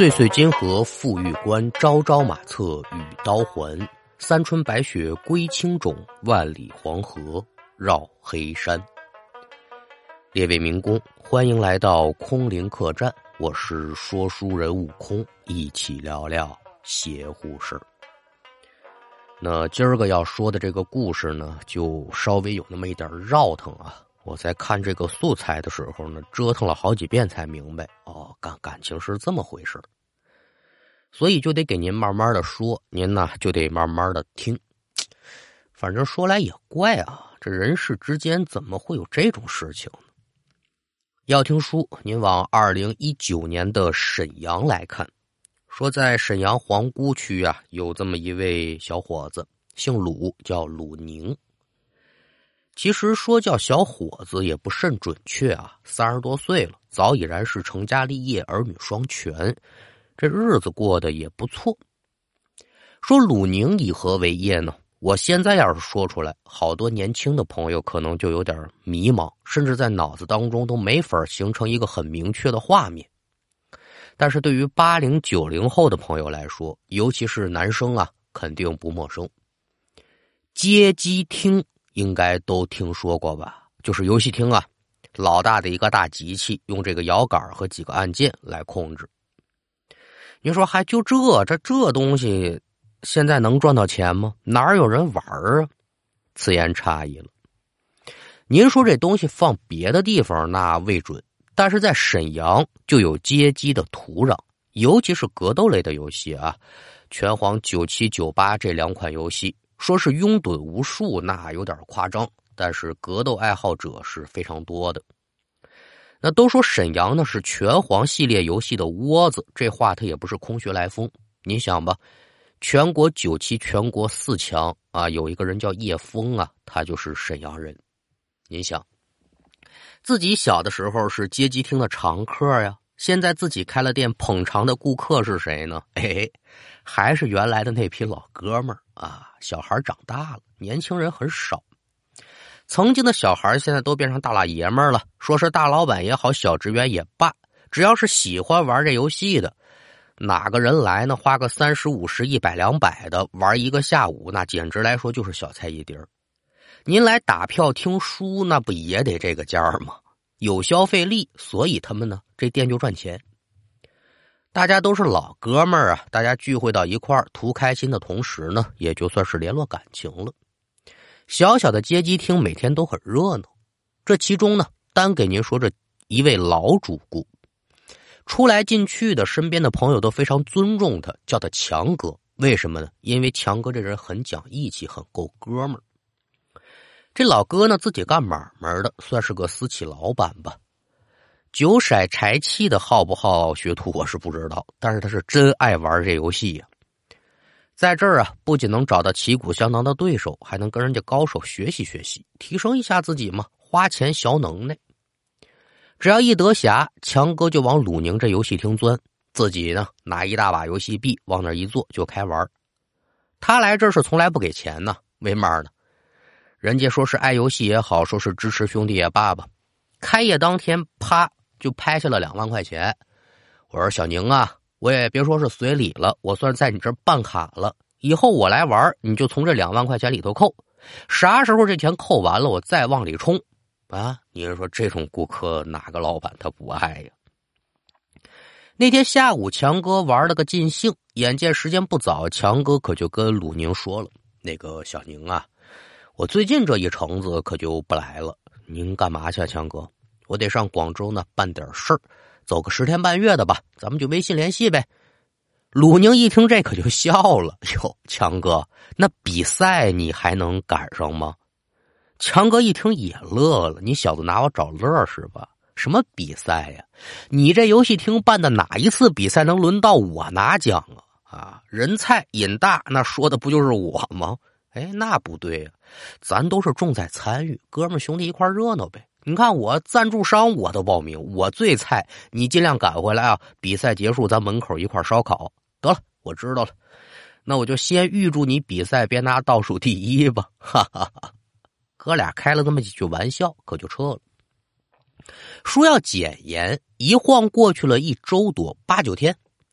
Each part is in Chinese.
岁岁金河复玉关，朝朝马策与刀还。三春白雪归青冢，万里黄河绕黑山。列位民工，欢迎来到空灵客栈，我是说书人悟空，一起聊聊邪乎事。那今儿个要说的这个故事呢，就稍微有那么一点绕腾啊。我在看这个素材的时候呢，折腾了好几遍才明白，感情是这么回事。所以就得给您慢慢的说，您呢就得慢慢的听。反正说来也怪啊，这人世之间怎么会有这种事情呢？要听书，您往2019年的沈阳来看。说在沈阳皇姑区啊，有这么一位小伙子，姓鲁，叫鲁宁。其实说叫小伙子也不甚准确啊，30多岁了，早已然是成家立业，儿女双全，这日子过得也不错。说鲁宁以何为业呢？我现在要是说出来，好多年轻的朋友可能就有点迷茫，甚至在脑子当中都没法形成一个很明确的画面。但是对于80、90后的朋友来说，尤其是男生啊，肯定不陌生。街机厅应该都听说过吧？就是游戏厅啊，老大的一个大机器，用这个摇杆和几个按键来控制。您说还就这东西现在能赚到钱吗？哪有人玩啊？此言差矣了。您说这东西放别的地方那未准，但是在沈阳就有街机的土壤，尤其是格斗类的游戏啊，拳皇97、98这2款游戏说是拥趸无数，那有点夸张，但是格斗爱好者是非常多的。那都说沈阳呢是拳皇系列游戏的窝子，这话它也不是空穴来风。你想吧，全国97、全国4强啊，有一个人叫叶枫啊，他就是沈阳人。您想，自己小的时候是街机厅的常客呀，现在自己开了店，捧场的顾客是谁呢？还是原来的那批老哥们儿啊。小孩长大了，年轻人很少。曾经的小孩现在都变成大老爷们儿了，说是大老板也好，小职员也罢，只要是喜欢玩这游戏的，哪个人来呢？花个30、50、100、200的玩一个下午，那简直来说就是小菜一碟儿。您来打票听书，那不也得这个价吗？有消费力，所以他们呢这店就赚钱。大家都是老哥们儿啊，大家聚会到一块儿图开心的同时呢，也就算是联络感情了。小小的街机厅每天都很热闹，这其中呢，单给您说这一位老主顾，出来进去的身边的朋友都非常尊重他，叫他强哥。为什么呢？因为强哥这人很讲义气，很够哥们儿。这老哥呢，自己干买卖的，算是个私企老板吧。酒色财气的好不好学徒我是不知道，但是他是真爱玩这游戏呀。在这儿啊，不仅能找到旗鼓相当的对手，还能跟人家高手学习学习，提升一下自己嘛，花钱小能耐。只要一得暇，强哥就往鲁宁这游戏厅钻，自己呢拿一大把游戏币往那一坐就开玩。他来这儿是从来不给钱呢，为嘛呢？人家说是爱游戏也好，说是支持兄弟也罢吧，开业当天啪就拍下了2万块钱。我说小宁啊，我也别说是随礼了，我算在你这儿办卡了，以后我来玩你就从这2万块钱里头扣，啥时候这钱扣完了我再往里充啊。你说这种顾客哪个老板他不爱呀？那天下午强哥玩了个尽兴，眼见时间不早，强哥可就跟鲁宁说了，那个小宁啊，我最近这一程子可就不来了。您干嘛去啊，强哥？我得上广州呢办点事儿，走个10天半月的吧，咱们就微信联系呗。鲁宁一听这可就笑了，哟，强哥，那比赛你还能赶上吗？强哥一听也乐了，你小子拿我找乐是吧？什么比赛呀？你这游戏厅办的哪一次比赛能轮到我拿奖啊？人菜瘾大，那说的不就是我吗？那不对呀，咱都是重在参与，哥们兄弟一块热闹呗。你看我赞助商我都报名，我最菜，你尽量赶回来啊！比赛结束咱门口一块烧烤。得了，我知道了，那我就先预祝你比赛别拿倒数第一吧，哈哈哈。哥俩开了这么几句玩笑，可就撤了。说要检验，一晃过去了1周多，8、9天。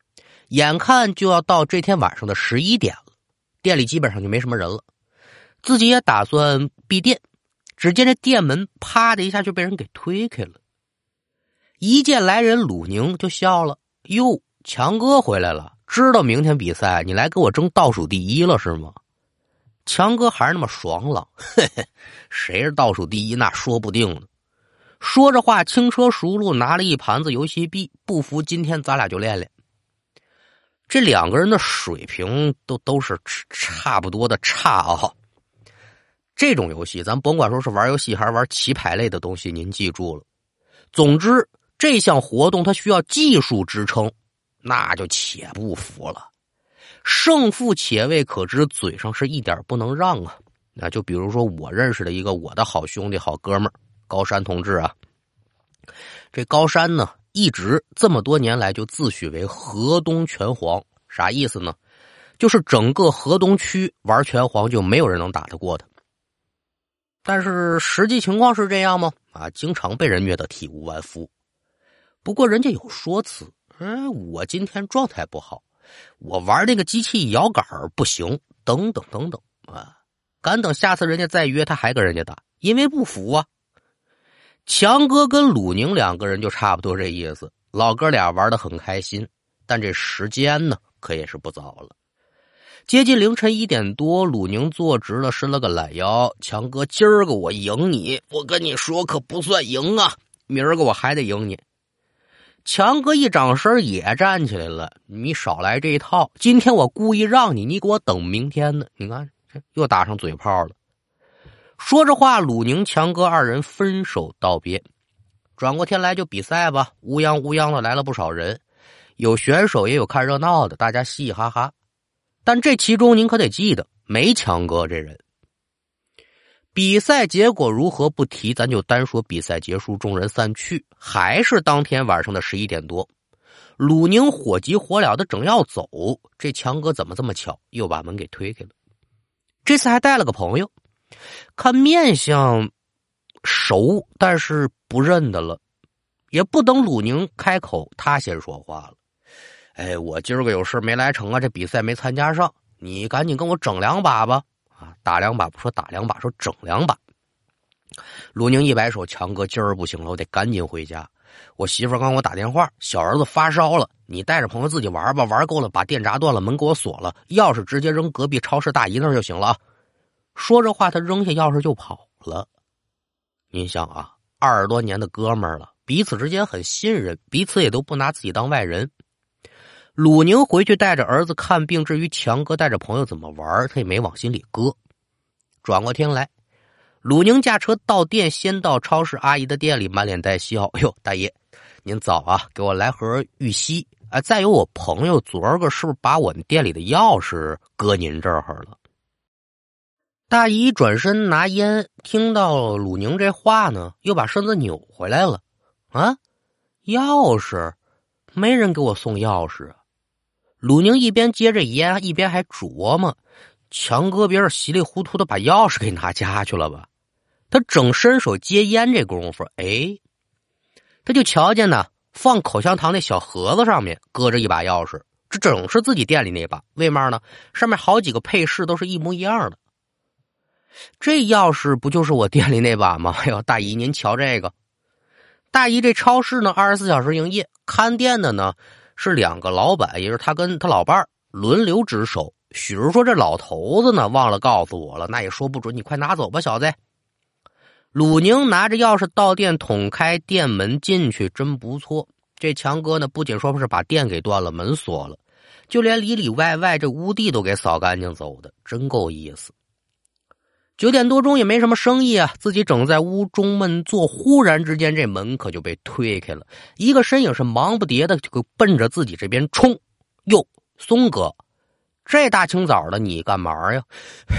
眼看就要到这天晚上的11点了，店里基本上就没什么人了，自己也打算闭店，只见这店门啪的一下就被人给推开了。一见来人，鲁宁就笑了：“哟，强哥回来了，知道明天比赛你来给我争倒数第一了是吗？”强哥还是那么爽朗：“嘿嘿，谁是倒数第一那说不定呢。”说着话，轻车熟路拿了一盘子游戏币，不服今天咱俩就练练。这两个人的水平都是差不多的差啊。这种游戏咱甭管说是玩游戏还是玩棋牌类的东西，您记住了。总之这项活动它需要技术支撑，那就且不服了。胜负且未可知，嘴上是一点不能让啊。那就比如说我认识的一个我的好兄弟好哥们儿高山同志啊。这高山呢一直这么多年来就自诩为河东拳皇，啥意思呢？就是整个河东区玩拳皇就没有人能打得过他。但是实际情况是这样吗？经常被人虐得体无完肤。不过人家有说辞，我今天状态不好，我玩那个机器摇杆不行，等等等等啊。敢等下次人家再约他还跟人家打，因为不服啊。强哥跟鲁宁两个人就差不多这意思，老哥俩玩得很开心，但这时间呢可也是不早了。接近凌晨1点多，鲁宁坐直了，伸了个懒腰：“强哥，今儿个我赢你，我跟你说可不算赢啊，明儿个我还得赢你。”强哥一掌身也站起来了：“你少来这一套，今天我故意让你，你给我等明天呢。”你看又打上嘴炮了。说着话，鲁宁强哥二人分手道别。转过天来就比赛吧，乌泱乌泱的来了不少人，有选手也有看热闹的，大家嘻嘻哈哈。但这其中您可得记得，没强哥这人。比赛结果如何不提，咱就单说比赛结束，众人散去，还是当天晚上的11点多。鲁宁火急火燎的正要走，这强哥怎么这么巧，又把门给推开了。这次还带了个朋友，看面相熟，但是不认得了。也不等鲁宁开口，他先说话了：“我今儿个有事没来成啊，这比赛没参加上，你赶紧跟我整2把吧。”打2把不说打2把，说整2把。鲁宁一摆手：“强哥，今儿不行了，我得赶紧回家。我媳妇刚给我打电话，小儿子发烧了，你带着朋友自己玩吧，玩够了把电闸断了，门给我锁了，钥匙直接扔隔壁超市大姨那儿就行了啊。”说着话，他扔下钥匙就跑了。您想啊，20多年的哥们儿了，彼此之间很信任，彼此也都不拿自己当外人。鲁宁回去带着儿子看病，至于强哥带着朋友怎么玩，他也没往心里搁。转过天来，鲁宁驾车到店，先到超市阿姨的店里，满脸带笑：“哎呦，大爷，您早啊，给我来盒玉溪啊！再有我朋友昨儿个是不是把我们店里的钥匙搁您这儿了？”大姨转身拿烟，听到鲁宁这话呢，又把身子扭回来了。钥匙？没人给我送钥匙啊！鲁宁一边接着烟，一边还琢磨：强哥别是稀里糊涂的把钥匙给拿家去了吧？他正伸手接烟这功夫，他就瞧见呢，放口香糖那小盒子上面搁着一把钥匙，这正是自己店里那把。为嘛呢？上面好几个配饰都是一模一样的。这钥匙不就是我店里那把吗？大姨您瞧这个。大姨这超市呢24小时营业，看店的呢是2个老板，也就是他跟他老伴儿轮流值守。许是说这老头子呢忘了告诉我了，那也说不准，你快拿走吧小子。鲁宁拿着钥匙到店，捅开店门进去，真不错。这强哥呢不仅说是把店给断了，门锁了，就连里里外外这屋地都给扫干净走的，真够意思。9点多钟也没什么生意啊，自己正在屋中闷坐，忽然之间这门可就被推开了，一个身影是忙不迭的就奔着自己这边冲。哟，松哥，这大清早的你干嘛呀？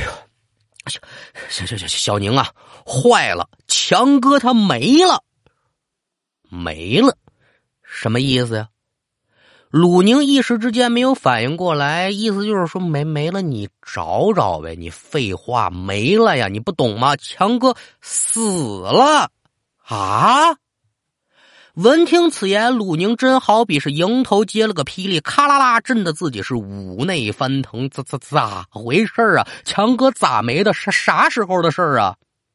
小宁啊，坏了，强哥他没了。没了？什么意思呀？鲁宁一时之间没有反应过来，意思就是说没了你找找呗。你废话，没了呀，你不懂吗？强哥死了啊！ 闻听此言，鲁宁真好比是迎头接了个霹雳，咔啦啦震得自己是五内翻腾。咋回事啊？强哥咋没的？啥时候的事啊？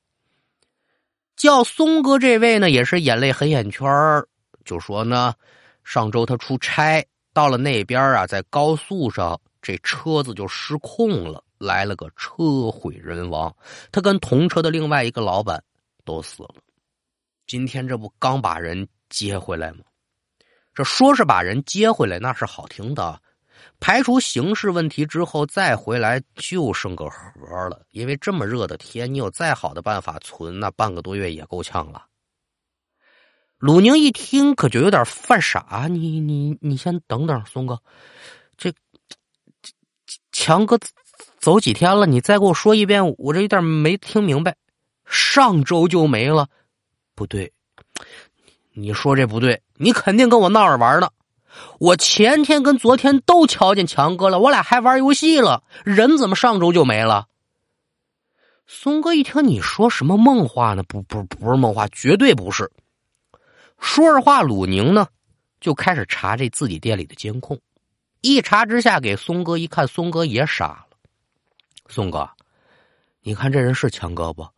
叫松哥这位呢，也是眼泪黑眼圈，就说呢，上周他出差到了那边啊，在高速上这车子就失控了，来了个车毁人亡，他跟同车的另外一个老板都死了。今天这不刚把人接回来吗？这说是把人接回来，那是好听的，排除刑事问题之后再回来就剩个盒了。因为这么热的天，你有再好的办法存，那半个多月也够呛了。鲁宁一听可就有点犯傻，你先等等，松哥，这强哥走几天了？你再给我说一遍，我这有点没听明白。上周就没了？不对，你说这不对，你肯定跟我闹着玩呢。我前天跟昨天都瞧见强哥了，我俩还玩游戏了，人怎么上周就没了？松哥一听你说什么梦话呢？不是梦话，绝对不是。说实话，鲁宁呢就开始查这自己店里的监控，一查之下给松哥一看，松哥也傻了。松哥，你看这人是强哥不？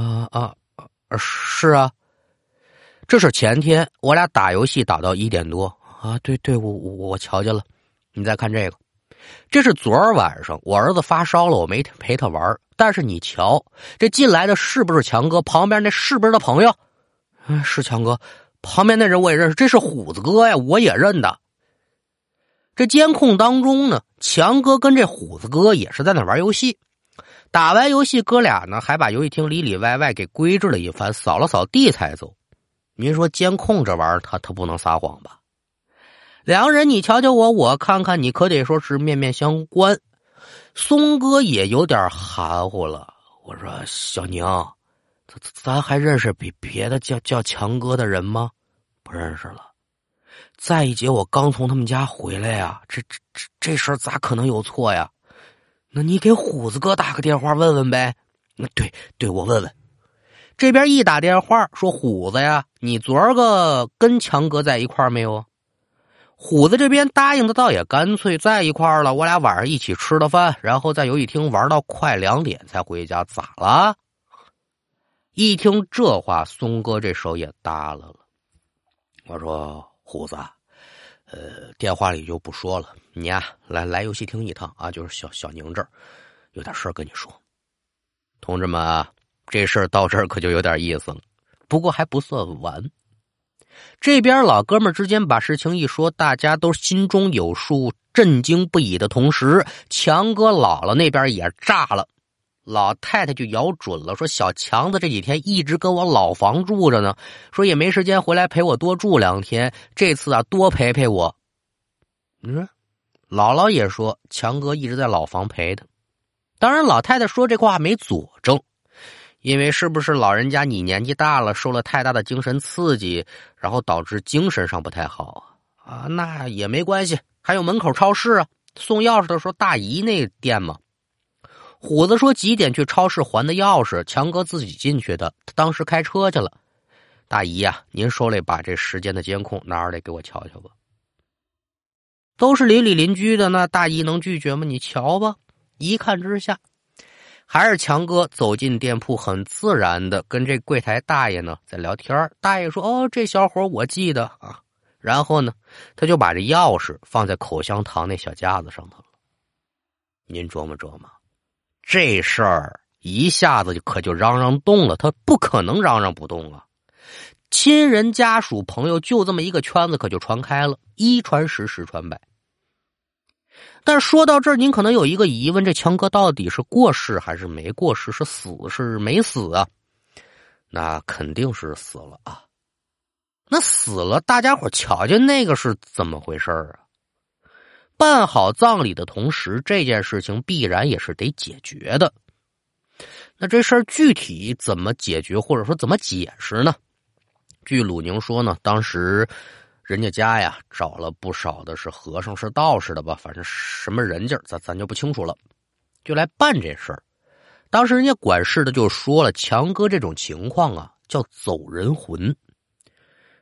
是啊。这是前天我俩打游戏打到1点多啊，对，我瞧见了。你再看这个，这是昨儿晚上我儿子发烧了，我没陪他玩，但是你瞧，这进来的是不是强哥？旁边那是不是他朋友？是强哥。旁边那人我也认识，这是虎子哥呀，我也认得。这监控当中呢，强哥跟这虎子哥也是在那玩游戏。打完游戏，哥俩呢还把游戏厅里里外外给规制了一番，扫了扫地才走。您说监控这玩意儿，他不能撒谎吧？两个人你瞧瞧我看看，你可得说是面面相关。松哥也有点含糊了，我说小宁，咱还认识比别的叫强哥的人吗？不认识了。再一节我刚从他们家回来呀，这事儿咋可能有错呀？那你给虎子哥打个电话问问呗。对，我问问。这边一打电话说，虎子呀，你昨儿个跟强哥在一块儿没有？虎子这边答应的倒也干脆，在一块儿了，我俩晚上一起吃了饭，然后在游戏厅玩到快2点才回家，咋了？一听这话，松哥这手也耷拉了。我说虎子，电话里就不说了，你呀来游戏厅一趟啊，就是小宁这儿有点事儿跟你说。同志们啊，这事儿到这儿可就有点意思了，不过还不算完。这边老哥们之间把事情一说，大家都心中有数，震惊不已的同时，强哥姥姥那边也炸了。老太太就咬准了，说小强子这几天一直跟我老房住着呢，说也没时间回来陪我多住2天，这次啊多陪陪我。你说姥姥也说强哥一直在老房陪他，当然老太太说这话没佐证，因为是不是老人家你年纪大了，受了太大的精神刺激，然后导致精神上不太好啊？那也没关系，还有门口超市啊，送钥匙的时候大姨那店嘛。虎子说几点去超市还的钥匙，强哥自己进去的，他当时开车去了。大姨啊，您手里把这时间的监控拿出来给我瞧瞧吧。都是邻里邻居的，那大姨能拒绝吗？你瞧吧。一看之下，还是强哥走进店铺，很自然的跟这柜台大爷呢在聊天。大爷说：“哦，这小伙我记得啊。”然后呢，他就把这钥匙放在口香糖那小架子上头了。您琢磨琢磨，这事儿一下子可就嚷嚷动了，他不可能嚷嚷不动啊！亲人家属朋友就这么一个圈子，可就传开了，一传十，十传百。但是说到这儿，您可能有一个疑问，这强哥到底是过世还是没过世？是死是没死啊？那肯定是死了啊。那死了，大家伙瞧见那个是怎么回事啊？办好葬礼的同时，这件事情必然也是得解决的。那这事儿具体怎么解决，或者说怎么解释呢？据鲁宁说呢，当时人家呀找了不少的是和尚是道士的吧，反正什么人家咱就不清楚了，就来办这事儿。当时人家管事的就说了，强哥这种情况啊叫走人魂。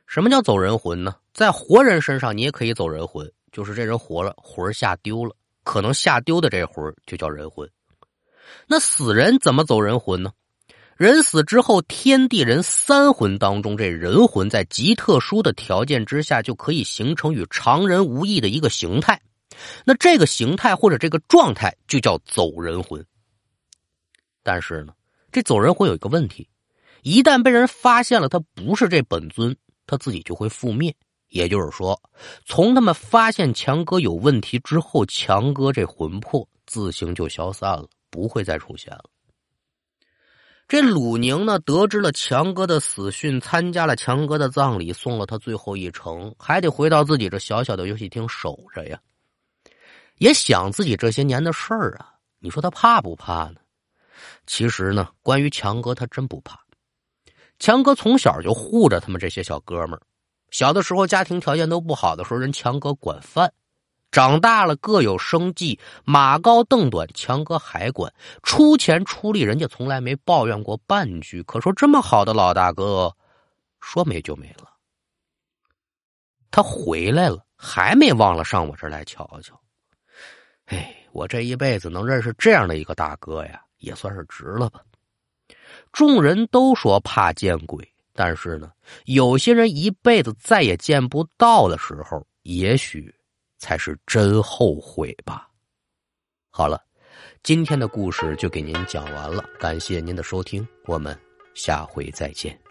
什么叫走人魂呢？在活人身上你也可以走人魂，就是这人活了，魂吓丢了，可能吓丢的这魂就叫人魂。那死人怎么走人魂呢？人死之后，天地人三魂当中，这人魂在极特殊的条件之下，就可以形成与常人无异的一个形态。那这个形态或者这个状态就叫走人魂。但是呢，这走人魂有一个问题，一旦被人发现了他不是这本尊，他自己就会覆灭。也就是说，从他们发现强哥有问题之后，强哥这魂魄自行就消散了，不会再出现了。这鲁宁呢，得知了强哥的死讯，参加了强哥的葬礼，送了他最后一程，还得回到自己这小小的游戏厅守着呀。也想自己这些年的事儿啊，你说他怕不怕呢？其实呢，关于强哥他真不怕。强哥从小就护着他们这些小哥们儿，小的时候家庭条件都不好的时候，人强哥管饭。长大了各有生计，马高凳短，强哥还管，出钱出力，人家从来没抱怨过半句。可说这么好的老大哥，说没就没了。他回来了，还没忘了上我这儿来瞧瞧。我这一辈子能认识这样的一个大哥呀，也算是值了吧。众人都说怕见鬼，但是呢，有些人一辈子再也见不到的时候，也许才是真后悔吧。好了，今天的故事就给您讲完了，感谢您的收听，我们下回再见。